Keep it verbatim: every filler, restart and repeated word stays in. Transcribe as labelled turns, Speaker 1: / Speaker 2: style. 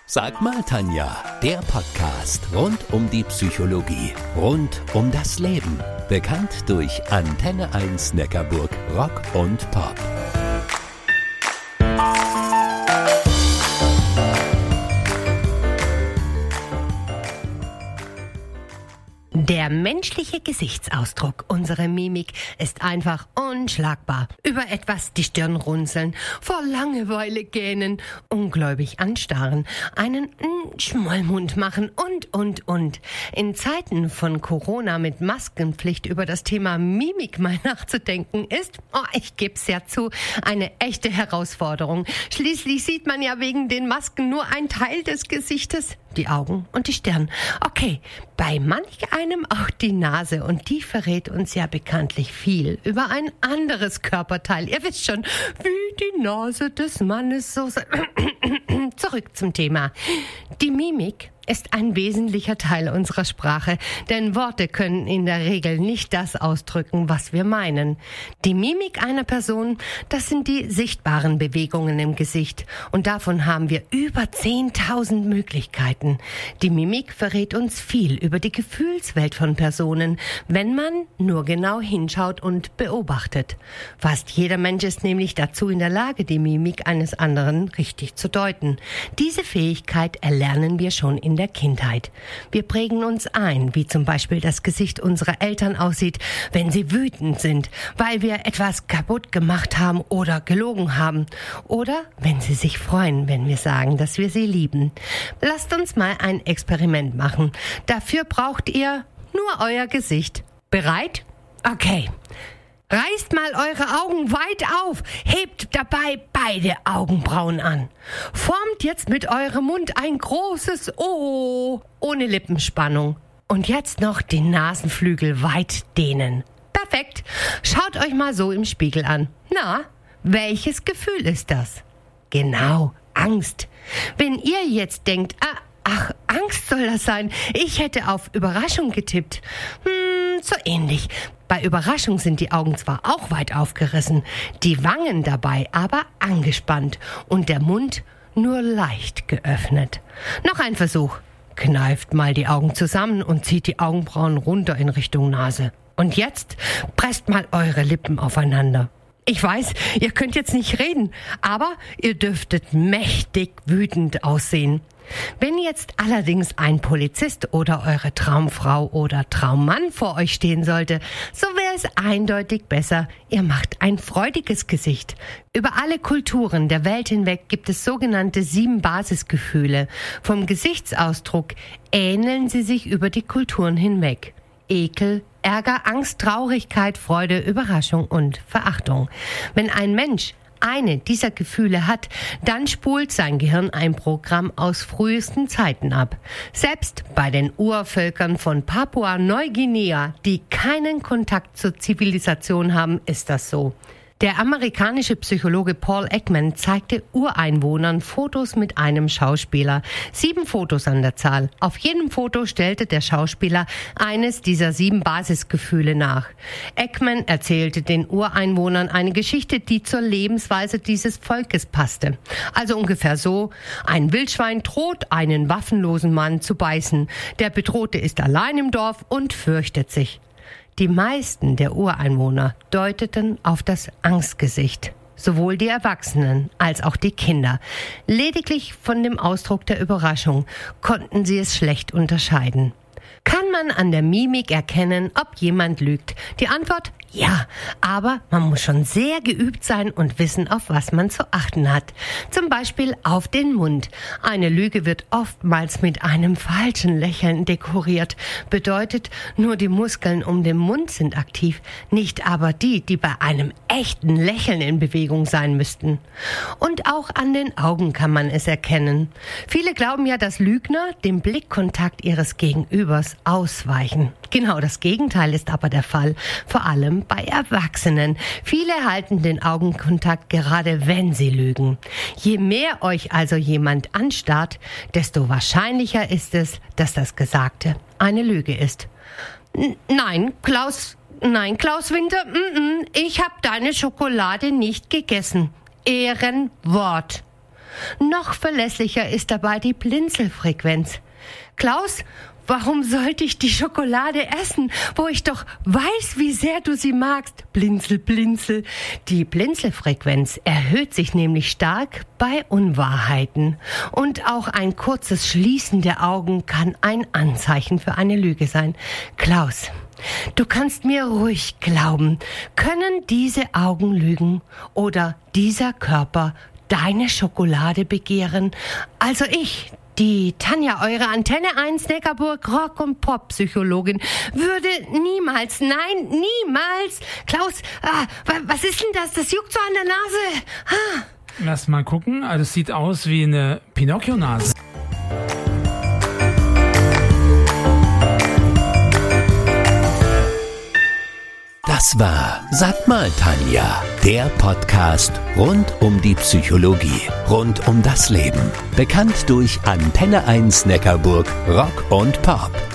Speaker 1: Sag mal, Tanja, der Podcast rund um die Psychologie, rund um das Leben. Bekannt durch Antenne eins Neckarburg Rock und Pop.
Speaker 2: Der menschliche Gesichtsausdruck, unsere Mimik, ist einfach unschlagbar. Über etwas die Stirn runzeln, vor Langeweile gähnen, ungläubig anstarren, einen mm, Schmollmund machen und, und, und. In Zeiten von Corona mit Maskenpflicht über das Thema Mimik mal nachzudenken ist, oh, ich geb's ja zu, eine echte Herausforderung. Schließlich sieht man ja wegen den Masken nur ein Teil des Gesichtes, die Augen und die Stirn. Okay, bei manch einem auch die Nase, und die verrät uns ja bekanntlich viel über ein anderes Körperteil. Ihr wisst schon, wie die Nase des Mannes so sei. Zurück zum Thema. Die Mimik ist ein wesentlicher Teil unserer Sprache, denn Worte können in der Regel nicht das ausdrücken, was wir meinen. Die Mimik einer Person, das sind die sichtbaren Bewegungen im Gesicht, und davon haben wir über zehntausend Möglichkeiten. Die Mimik verrät uns viel über die Gefühlswelt von Personen, wenn man nur genau hinschaut und beobachtet. Fast jeder Mensch ist nämlich dazu in der Lage, die Mimik eines anderen richtig zu deuten. Diese Fähigkeit erlernen wir schon in der Kindheit. Wir prägen uns ein, wie zum Beispiel das Gesicht unserer Eltern aussieht, wenn sie wütend sind, weil wir etwas kaputt gemacht haben oder gelogen haben. Oder wenn sie sich freuen, wenn wir sagen, dass wir sie lieben. Lasst uns mal ein Experiment machen. Dafür braucht ihr nur euer Gesicht. Bereit? Okay. Reißt mal eure Augen weit auf, hebt dabei beide Augenbrauen an. Formt jetzt mit eurem Mund ein großes O ohne Lippenspannung. Und jetzt noch den Nasenflügel weit dehnen. Perfekt. Schaut euch mal so im Spiegel an. Na, welches Gefühl ist das? Genau, Angst. Wenn ihr jetzt denkt, ah, ach, Angst soll das sein, ich hätte auf Überraschung getippt. Hm, so ähnlich. Bei Überraschung sind die Augen zwar auch weit aufgerissen, die Wangen dabei aber angespannt und der Mund nur leicht geöffnet. Noch ein Versuch. Kneift mal die Augen zusammen und zieht die Augenbrauen runter in Richtung Nase. Und jetzt presst mal eure Lippen aufeinander. Ich weiß, ihr könnt jetzt nicht reden, aber ihr dürftet mächtig wütend aussehen. Wenn jetzt allerdings ein Polizist oder eure Traumfrau oder Traummann vor euch stehen sollte, so wäre es eindeutig besser, ihr macht ein freudiges Gesicht. Über alle Kulturen der Welt hinweg gibt es sogenannte sieben Basisgefühle. Vom Gesichtsausdruck ähneln sie sich über die Kulturen hinweg. Ekel, Ärger, Angst, Traurigkeit, Freude, Überraschung und Verachtung. Wenn ein Mensch eine dieser Gefühle hat, dann spult sein Gehirn ein Programm aus frühesten Zeiten ab. Selbst bei den Urvölkern von Papua-Neuguinea, die keinen Kontakt zur Zivilisation haben, ist das so. Der amerikanische Psychologe Paul Ekman zeigte Ureinwohnern Fotos mit einem Schauspieler. Sieben Fotos an der Zahl. Auf jedem Foto stellte der Schauspieler eines dieser sieben Basisgefühle nach. Ekman erzählte den Ureinwohnern eine Geschichte, die zur Lebensweise dieses Volkes passte. Also ungefähr so: Ein Wildschwein droht einen waffenlosen Mann zu beißen. Der Bedrohte ist allein im Dorf und fürchtet sich. Die meisten der Ureinwohner deuteten auf das Angstgesicht, sowohl die Erwachsenen als auch die Kinder. Lediglich von dem Ausdruck der Überraschung konnten sie es schlecht unterscheiden. Kann man an der Mimik erkennen, ob jemand lügt? Die Antwort: ja, aber man muss schon sehr geübt sein und wissen, auf was man zu achten hat. Zum Beispiel auf den Mund. Eine Lüge wird oftmals mit einem falschen Lächeln dekoriert. Bedeutet, nur die Muskeln um den Mund sind aktiv, nicht aber die, die bei einem echten Lächeln in Bewegung sein müssten. Und auch an den Augen kann man es erkennen. Viele glauben ja, dass Lügner dem Blickkontakt ihres Gegenübers ausweichen. Genau das Gegenteil ist aber der Fall, vor allem bei Erwachsenen. Viele halten den Augenkontakt, gerade wenn sie lügen. Je mehr euch also jemand anstarrt, desto wahrscheinlicher ist es, dass das Gesagte eine Lüge ist. N- nein, Klaus, nein, Klaus Winter, mm-mm, ich habe deine Schokolade nicht gegessen. Ehrenwort. Noch verlässlicher ist dabei die Blinzelfrequenz. Klaus, warum sollte ich die Schokolade essen, wo ich doch weiß, wie sehr du sie magst? Blinzel, blinzel. Die Blinzelfrequenz erhöht sich nämlich stark bei Unwahrheiten. Und auch ein kurzes Schließen der Augen kann ein Anzeichen für eine Lüge sein. Klaus, du kannst mir ruhig glauben. Können diese Augen lügen oder dieser Körper deine Schokolade begehren? Also ich, die Tanja, eure Antenne eins Neckarburg Rock- und Pop-Psychologin, würde niemals, nein, niemals, Klaus, ah, was ist denn das? Das juckt so an der Nase. Ah.
Speaker 3: Lass mal gucken. Also es sieht aus wie eine Pinocchio-Nase.
Speaker 1: Das war Sag mal, Tanja, der Podcast rund um die Psychologie, rund um das Leben. Bekannt durch Antenne eins Neckarburg Rock und Pop.